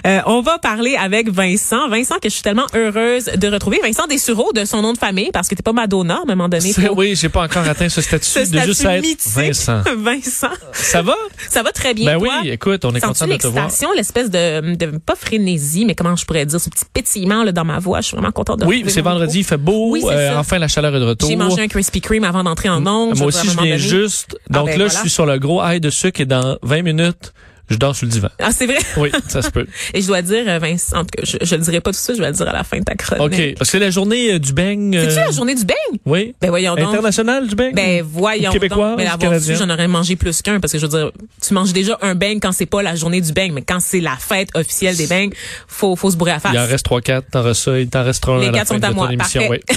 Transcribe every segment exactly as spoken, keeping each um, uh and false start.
Euh, on va parler avec Vincent. Vincent, que je suis tellement heureuse de retrouver. Vincent Dessureau, de son nom de famille, parce que t'es pas Madonna à un moment donné. Pour... Oui, j'ai pas encore atteint ce statut ce de statut juste être mythique. Vincent. Vincent. Ça va? Ça va très bien. Ben toi? oui, écoute, on est content de te voir. L'excitation, l'espèce de, de, pas frénésie, mais comment je pourrais dire, ce petit pétillement là, dans ma voix. Je suis vraiment contente de Oui, c'est vendredi, il fait beau. Oui, euh, enfin, la chaleur est de retour. J'ai mangé un Krispy Kreme avant d'entrer en ondes. Moi aussi, je viens juste. Donc ah, ben là, voilà. Je suis sur le gros high de sucre et dans vingt minutes, je dors sur le divan. Ah, c'est vrai? Oui, ça se peut. Et je dois dire, Vincent, en tout cas, je, je le dirai pas tout ça, je vais le dire à la fin de ta chronique. OK. Parce que c'est la journée euh, du beigne. Euh... C'est-tu la journée du beigne? Oui. Ben voyons donc. International du beigne? Ben voyons Québécois, donc. Mais l'avoir su, j'en aurais mangé plus qu'un, parce que je veux dire, tu manges déjà un beigne quand c'est pas la journée du beigne, mais quand c'est la fête officielle des beignes, faut, faut se bourrer à la face. Il en reste trois, quatre, t'en restes ça, il t'en restera un. Les à la quatre fin sont à de moi. ton émission, Parfait. oui.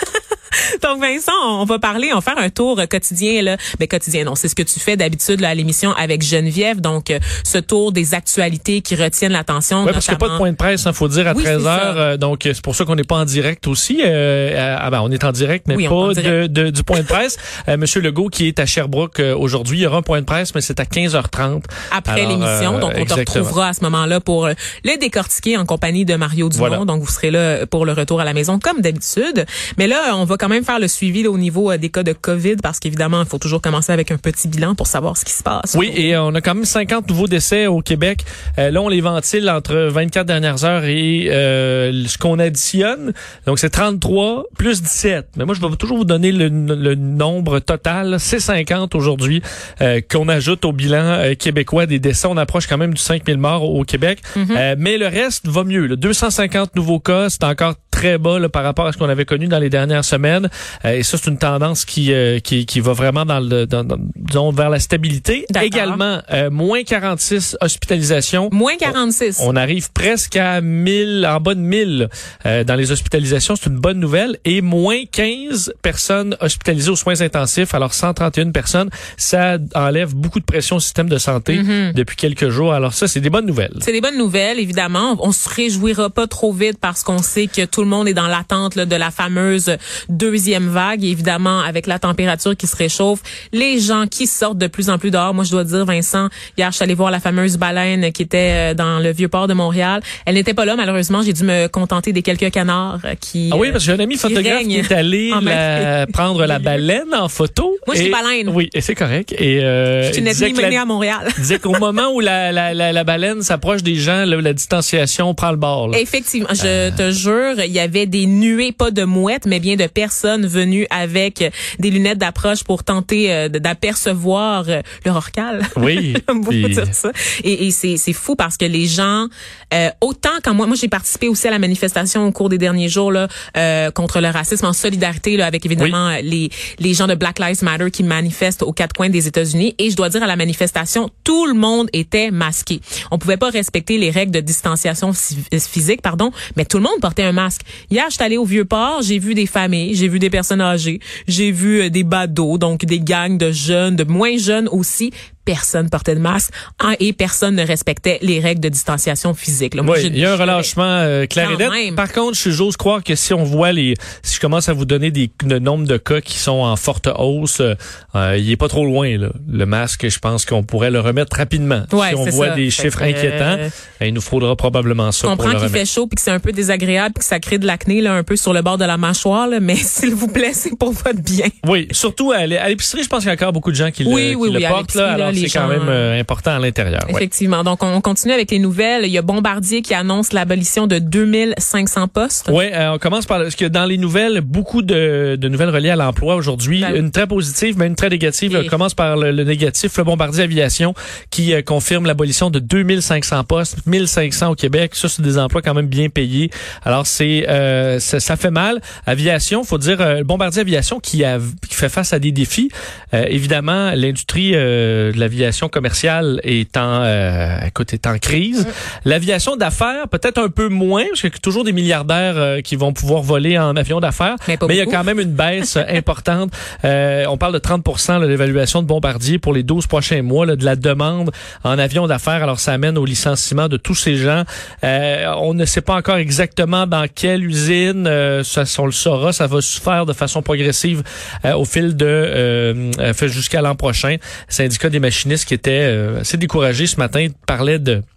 Donc Vincent, on va parler, on va faire un tour quotidien là, mais quotidien non, c'est ce que tu fais d'habitude là, à l'émission avec Geneviève, donc euh, ce tour des actualités qui retiennent l'attention. Oui, parce qu'il n'y a pas de point de presse, il faut dire à oui, treize heures, euh, donc c'est pour ça qu'on n'est pas en direct aussi. Euh, ah ben on est en direct, mais oui, pas de, de, du point de presse. euh, Monsieur Legault qui est à Sherbrooke euh, aujourd'hui, il y aura un point de presse, mais c'est à quinze heures trente après Alors, l'émission, euh, donc on exactement. te retrouvera à ce moment-là pour le décortiquer en compagnie de Mario Dumont. Voilà. Donc vous serez là pour le retour à la maison comme d'habitude. Mais là, on va quand même faire le suivi là, au niveau euh, des cas de COVID, parce qu'évidemment, il faut toujours commencer avec un petit bilan pour savoir ce qui se passe. Oui, et on a quand même cinquante nouveaux décès au Québec. Euh, là, on les ventile entre vingt-quatre dernières heures et euh, ce qu'on additionne. Donc, c'est trente-trois plus dix-sept. Mais moi, je vais toujours vous donner le, le nombre total. C'est cinquante aujourd'hui euh, qu'on ajoute au bilan euh, québécois des décès. On approche quand même du cinq mille morts au, au Québec. Mm-hmm. Euh, mais le reste va mieux. Là. deux cent cinquante nouveaux cas, c'est encore très bas là, par rapport à ce qu'on avait connu dans les dernières semaines. Euh, et ça, c'est une tendance qui, euh, qui qui va vraiment dans le dans, dans, disons, vers la stabilité. D'accord. Également, euh, moins quarante-six hospitalisations. Moins quarante-six. On, on arrive presque à mille, en bas de mille euh, dans les hospitalisations. C'est une bonne nouvelle. Et moins quinze personnes hospitalisées aux soins intensifs. Alors, cent trente et une personnes. Ça enlève beaucoup de pression au système de santé mm-hmm. depuis quelques jours. Alors ça, c'est des bonnes nouvelles. C'est des bonnes nouvelles, évidemment. On se réjouira pas trop vite parce qu'on sait que tout le monde est dans l'attente là, de la fameuse deuxième vague. Et évidemment, avec la température qui se réchauffe, les gens qui sortent de plus en plus dehors. Moi, je dois dire, Vincent, hier, je suis allée voir la fameuse baleine qui était dans le Vieux-Port de Montréal. Elle n'était pas là, malheureusement. J'ai dû me contenter des quelques canards qui Ah oui, parce que j'ai un ami photographe qui est allé la, prendre la baleine en photo. Moi, je dis baleine. Oui, et c'est correct. Et euh, je suis une ethnie menée à Montréal. Il disait qu'au moment où la, la, la, la baleine s'approche des gens, là, la distanciation prend le bord. Là. Effectivement. Je euh... te jure, il y avait des nuées, pas de mouettes, mais bien de personnes venues avec des lunettes d'approche pour tenter euh, d'apercevoir euh, le rorcal. Oui. Puis... dire ça. Et, et c'est, c'est fou parce que les gens, euh, autant quand moi, moi j'ai participé aussi à la manifestation au cours des derniers jours là euh, contre le racisme en solidarité là avec évidemment oui. les les gens de Black Lives Matter qui manifestent aux quatre coins des États-Unis. Et je dois dire à la manifestation, tout le monde était masqué. On pouvait pas respecter les règles de distanciation physique, pardon, mais tout le monde portait un masque. Hier, j'étais allée au Vieux-Port, j'ai vu des familles, j'ai vu des personnes âgées, j'ai vu euh, des badauds, donc des gangs de jeunes, de moins jeunes aussi. Personne portait de masque hein, et personne ne respectait les règles de distanciation physique. Là, moi, oui, il y a un relâchement euh, clair et net. Par contre, j'ose croire que si on voit les, si je commence à vous donner des le nombre de cas qui sont en forte hausse, euh, il est pas trop loin là. Le masque, je pense qu'on pourrait le remettre rapidement. Ouais, si on voit ça. des fait chiffres que, inquiétants, euh, il nous faudra probablement ça. Je comprends qu'il fait chaud puis que c'est un peu désagréable puis que ça crée de l'acné là un peu sur le bord de la mâchoire là, mais s'il vous plaît, c'est pour votre bien. Oui, surtout à l'épicerie, je pense qu'il y a encore beaucoup de gens qui oui, le, oui, qui oui, le portent là. Alors c'est gens... quand même euh, important à l'intérieur. Effectivement. Ouais. Donc, on continue avec les nouvelles. Il y a Bombardier qui annonce l'abolition de deux mille cinq cents postes. Oui, euh, on commence par... Parce que dans les nouvelles, beaucoup de, de nouvelles reliées à l'emploi aujourd'hui. Ben, une très positive, mais une très négative. Et... On commence par le, le négatif. Le Bombardier Aviation qui euh, confirme l'abolition de deux mille cinq cents postes. mille cinq cents au Québec. Ça, c'est des emplois quand même bien payés. Alors, c'est euh, ça, ça fait mal. Aviation, faut dire, euh, Bombardier Aviation qui, a, qui fait face à des défis. Euh, évidemment, l'industrie euh, de l'aviation commerciale est en, euh, écoute, est en crise. Mmh. L'aviation d'affaires, peut-être un peu moins, parce qu'il y a toujours des milliardaires euh, qui vont pouvoir voler en avion d'affaires, mais, mais il y a quand même une baisse importante. Euh, on parle de trente pour cent là, de l'évaluation de Bombardier pour les douze prochains mois là, de la demande en avion d'affaires. Alors, ça amène au licenciement de tous ces gens. Euh, on ne sait pas encore exactement dans quelle usine, euh, ça, on le saura, ça va se faire de façon progressive euh, au fil de euh, fait jusqu'à l'an prochain. Le syndicat des machinistes qui était euh, assez découragé ce matin parlait de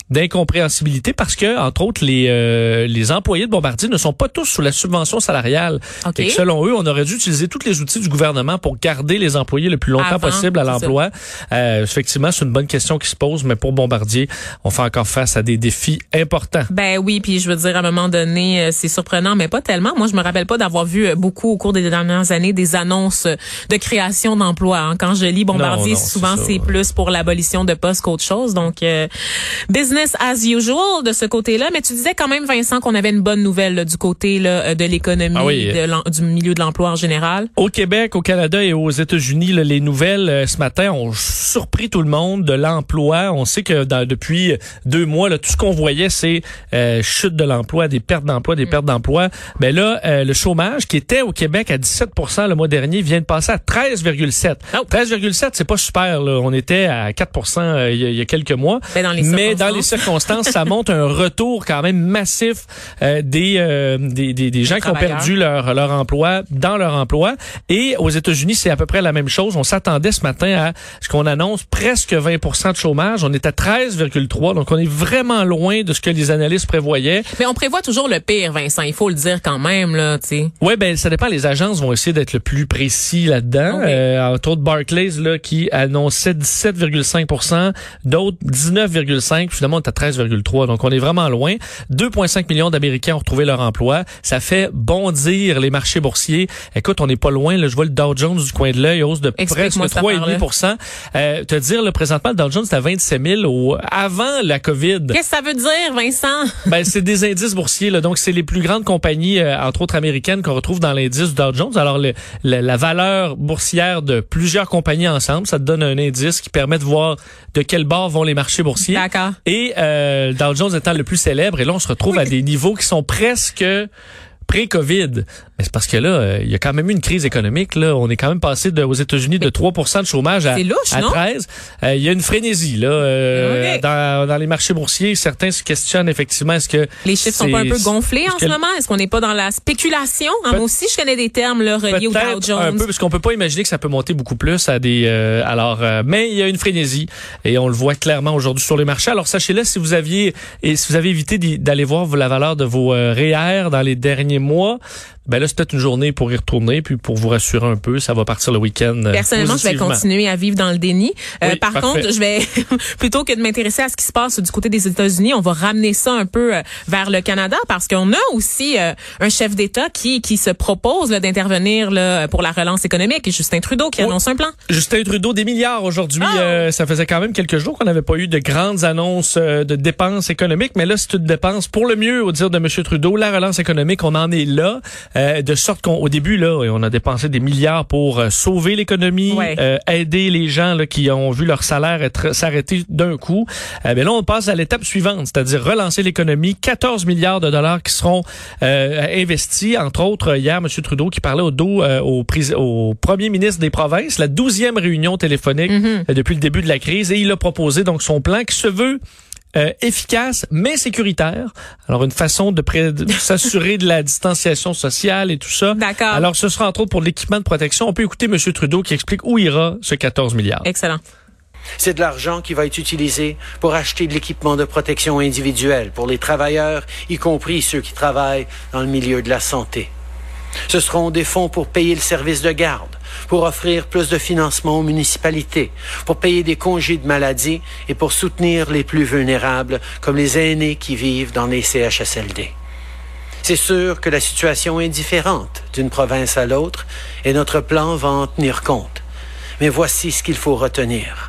d'incompréhensibilité parce que, entre autres, les euh, les employés de Bombardier ne sont pas tous sous la subvention salariale. Okay. Et que selon eux, on aurait dû utiliser tous les outils du gouvernement pour garder les employés le plus longtemps Avant, possible à l'emploi. Euh, effectivement, c'est une bonne question qui se pose, mais pour Bombardier, on fait encore face à des défis importants. Ben oui, puis je veux dire, à un moment donné, c'est surprenant, mais pas tellement. Moi, je me rappelle pas d'avoir vu beaucoup au cours des dernières années des annonces de création d'emplois. Hein. Quand je lis Bombardier, non, non, souvent c'est, c'est plus pour l'abolition de postes qu'autre chose. Donc, euh, business as usual de ce côté-là. Mais tu disais quand même, Vincent, qu'on avait une bonne nouvelle là, du côté là, de l'économie, ah oui. de du milieu de l'emploi en général. Au Québec, au Canada et aux États-Unis, là, les nouvelles euh, ce matin ont surpris tout le monde de l'emploi. On sait que dans, depuis deux mois, là, tout ce qu'on voyait, c'est euh, chute de l'emploi, des pertes d'emploi, des mmh. pertes d'emploi. Mais ben là, euh, le chômage qui était au Québec à dix-sept pour cent le mois dernier vient de passer à treize virgule sept. Oh. treize virgule sept, c'est pas super. Là. On était à quatre pour cent euh, il, y a, il y a quelques mois. Ben dans les Mais dans les circonstances, ça montre un retour quand même massif euh, des, euh, des, des des gens qui ont perdu leur leur emploi dans leur emploi. Et aux États-Unis, c'est à peu près la même chose. On s'attendait ce matin à ce qu'on annonce presque vingt pour cent de chômage. On est à treize virgule trois, donc on est vraiment loin de ce que les analystes prévoyaient. Mais on prévoit toujours le pire, Vincent. Il faut le dire quand même là, tu sais. Ouais, ben ça dépend. Les agences vont essayer d'être le plus précis là-dedans. Okay. Euh, entre autres, Barclays là qui annonçait dix-sept virgule cinq pour cent, d'autres dix-neuf virgule cinq. Finalement, on est à treize virgule trois, donc on est vraiment loin. deux virgule cinq millions d'Américains ont retrouvé leur emploi. Ça fait bondir les marchés boursiers. Écoute, on n'est pas loin. Là, je vois le Dow Jones du coin de l'œil, hausse de presque trois virgule cinq pour cent. Euh, te dire, là, présentement, le Dow Jones est à vingt-sept mille au, avant la COVID. Qu'est-ce que ça veut dire, Vincent? Ben, c'est des indices boursiers. Là, donc, c'est les plus grandes compagnies, euh, entre autres américaines, qu'on retrouve dans l'indice du Dow Jones. Alors, le, le, la valeur boursière de plusieurs compagnies ensemble, ça te donne un indice qui permet de voir de quel bord vont les marchés boursiers. D'accord. Et euh, le Dow Jones étant le plus célèbre, et là, on se retrouve oui. à des niveaux qui sont presque pré-COVID. Mais c'est parce que là, il euh, y a quand même eu une crise économique. Là, on est quand même passé de, aux États-Unis de trois pour cent de chômage à, louche, à treize. Il euh, y a une frénésie là euh, okay. dans, dans les marchés boursiers. Certains se questionnent effectivement est-ce que les chiffres sont pas un peu gonflés en ce moment. Est-ce qu'on n'est pas dans la spéculation? Hein, moi aussi, je connais des termes là, reliés au Dow Jones. Un peu, parce qu'on peut pas imaginer que ça peut monter beaucoup plus à des. Euh, alors, euh, mais il y a une frénésie et on le voit clairement aujourd'hui sur les marchés. Alors sachez-le, si vous aviez et si vous avez évité d'aller voir la valeur de vos euh, R E E R dans les derniers mois. Ben là, c'est peut-être une journée pour y retourner, puis pour vous rassurer un peu, ça va partir le week-end. Personnellement, je vais continuer à vivre dans le déni. Euh, oui, par parfait. contre, je vais plutôt que de m'intéresser à ce qui se passe du côté des États-Unis, on va ramener ça un peu vers le Canada, parce qu'on a aussi euh, un chef d'État qui qui se propose là, d'intervenir là, pour la relance économique. Et Justin Trudeau qui oui. annonce un plan. Justin Trudeau, des milliards aujourd'hui. Oh. Euh, ça faisait quand même quelques jours qu'on n'avait pas eu de grandes annonces euh, de dépenses économiques, mais là, c'est une dépense pour le mieux, au dire de M. Trudeau. La relance économique, on en est là. Euh, de sorte qu'au début, là, on a dépensé des milliards pour euh, sauver l'économie, ouais. euh, aider les gens là, qui ont vu leur salaire être s'arrêter d'un coup. Euh, ben là, on passe à l'étape suivante, c'est-à-dire relancer l'économie. quatorze milliards de dollars qui seront euh, investis. Entre autres, hier, M. Trudeau qui parlait au dos euh, au, au premier ministre des provinces, la douzième réunion téléphonique mm-hmm. euh, depuis le début de la crise. Et il a proposé donc son plan qui se veut Euh, efficace mais sécuritaire. Alors une façon de, pré- de s'assurer de la distanciation sociale et tout ça. D'accord. Alors ce sera entre autres pour l'équipement de protection. On peut écouter M. Trudeau qui explique où ira ce quatorze milliards. Excellent. C'est de l'argent qui va être utilisé pour acheter de l'équipement de protection individuelle pour les travailleurs, y compris ceux qui travaillent dans le milieu de la santé. Ce seront des fonds pour payer le service de garde, pour offrir plus de financement aux municipalités, pour payer des congés de maladie et pour soutenir les plus vulnérables, comme les aînés qui vivent dans les C H S L D. C'est sûr que la situation est différente d'une province à l'autre et notre plan va en tenir compte. Mais voici ce qu'il faut retenir.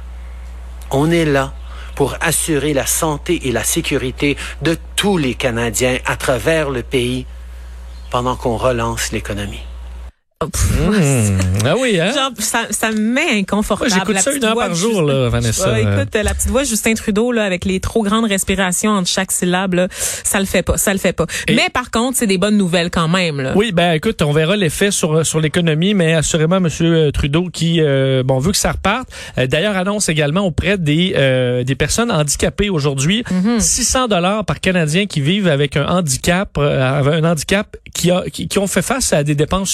On est là pour assurer la santé et la sécurité de tous les Canadiens à travers le pays pendant qu'on relance l'économie. Mmh. Ah oui, hein? Genre, ça, ça me met inconfortable. Ouais, j'écoute ça une heure par jour, là, Vanessa. Ouais, écoute, la petite voix Justin Trudeau, là, avec les trop grandes respirations entre chaque syllabe, là, ça le fait pas, ça le fait pas. Et mais par contre, c'est des bonnes nouvelles quand même, là. Oui, ben, écoute, on verra l'effet sur, sur l'économie, mais assurément, M. Trudeau qui, euh, bon, veut que ça reparte. Euh, d'ailleurs, annonce également auprès des, euh, des personnes handicapées aujourd'hui, mm-hmm. six cents dollars par Canadien qui vivent avec un handicap, euh, un handicap qui a, qui, qui ont fait face à des dépenses supplémentaires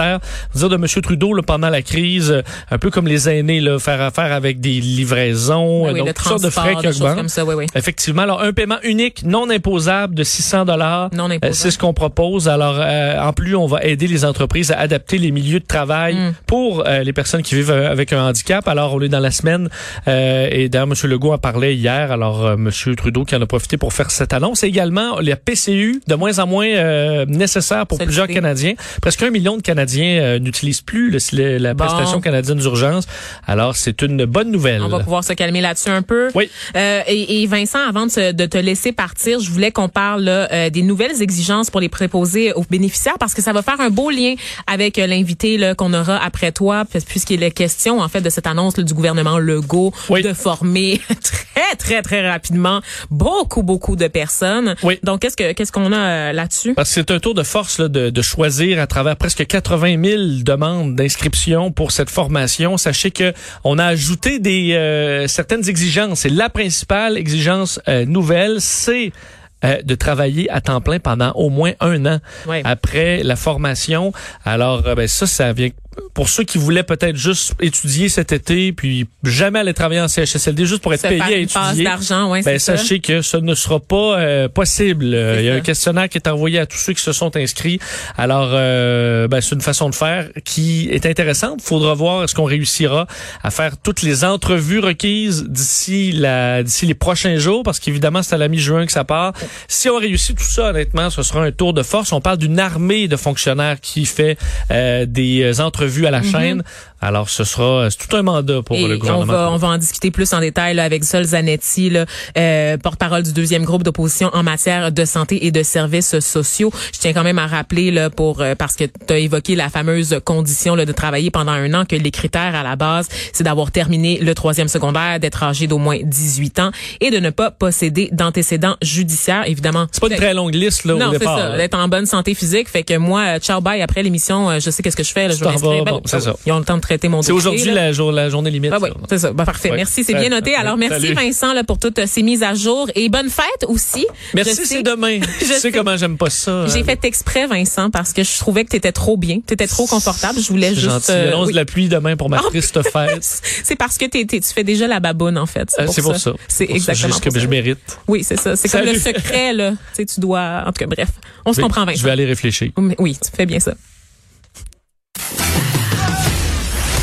faire. Dire de M. Trudeau là, pendant la crise, un peu comme les aînés, là, faire affaire avec des livraisons, oui, oui, donc toutes sortes de frais qui augmentent. Comme ça, oui, oui. Effectivement, alors un paiement unique, non imposable de six cents dollars. Non imposable. Euh, c'est ce qu'on propose. Alors, euh, en plus, on va aider les entreprises à adapter les milieux de travail mm. pour euh, les personnes qui vivent avec un handicap. Alors, on est dans la semaine euh, et d'ailleurs, M. Legault en parlait hier. Alors, euh, M. Trudeau qui en a profité pour faire cette annonce. Et également, la P C U, de moins en moins euh, nécessaire pour plusieurs Canadiens. Presque un million de Canadiens euh, n'utilisent plus le, le, la bon. prestation canadienne d'urgence. Alors, c'est une bonne nouvelle. On va pouvoir se calmer là-dessus un peu. Oui. Euh, et, et Vincent, avant de, de te laisser partir, je voulais qu'on parle là, euh, des nouvelles exigences pour les préposés aux bénéficiaires parce que ça va faire un beau lien avec euh, l'invité là, qu'on aura après toi, puisqu'il est question en fait de cette annonce là, du gouvernement Legault oui. de former très, très, très rapidement beaucoup, beaucoup de personnes. Oui. Donc, qu'est-ce que qu'est-ce qu'on a euh, là-dessus? Parce que c'est un tour de force là, de, de choisir à travers presque quatre-vingt mille demandes d'inscription pour cette formation. Sachez que on a ajouté des euh, certaines exigences. Et la principale exigence euh, nouvelle, c'est Euh, de travailler à temps plein pendant au moins un an oui. après la formation. Alors, euh, ben ça, ça vient pour ceux qui voulaient peut-être juste étudier cet été, puis jamais aller travailler en C H S L D juste pour être payé à étudier. D'argent, ouais, ben c'est sachez ça. que ce ne sera pas euh, possible. Il y a ça. Un questionnaire qui est envoyé à tous ceux qui se sont inscrits. Alors, euh, ben c'est une façon de faire qui est intéressante. Il faudra voir est-ce qu'on réussira à faire toutes les entrevues requises d'ici la d'ici les prochains jours, parce qu'évidemment c'est à la mi-juin que ça part. Si on réussit tout ça, honnêtement, ce sera un tour de force. On parle d'une armée de fonctionnaires qui fait euh, des entrevues vue à la mm-hmm. chaîne. Alors, ce sera c'est tout un mandat pour et le gouvernement. On va, on va en discuter plus en détail là, avec Sol Zanetti, là, euh, porte-parole du deuxième groupe d'opposition en matière de santé et de services sociaux. Je tiens quand même à rappeler, là, pour euh, parce que tu as évoqué la fameuse condition là, de travailler pendant un an, que les critères à la base, c'est d'avoir terminé le troisième secondaire, d'être âgé d'au moins dix-huit ans et de ne pas posséder d'antécédents judiciaires. Évidemment, c'est pas une très longue liste là, non, au départ. Non, c'est ça, d'être en bonne santé physique. Fait que moi, ciao, bye, après l'émission, je sais qu'est-ce que je fais. Là, je vais m'inscrire. Ben, bon, c'est ça. Ils ont le temps de traiter mon dossier. C'est aujourd'hui la, jour, la journée limite. Ah oui, c'est ça. Ben, parfait. Ouais. Merci, c'est bien noté. Alors, merci Salut. Vincent là, pour toutes ces mises à jour et bonne fête aussi. Merci, je c'est sais, demain. Je sais, sais comment j'aime pas ça. J'ai hein. fait exprès, Vincent, parce que je trouvais que t'étais trop bien, t'étais trop confortable. Je voulais juste. Gentil. Euh, annonce oui. de la pluie demain pour ma triste fête. C'est parce que t'es, t'es, tu fais déjà la baboune en fait. C'est, euh, pour, c'est ça. pour ça. C'est pour exactement ça, juste que je mérite. Oui, c'est ça. C'est Salut. Comme le secret là. Tu sais, tu dois. En tout cas, bref, on se oui, comprend, Vincent. Je vais aller réfléchir. Oui, tu fais bien ça.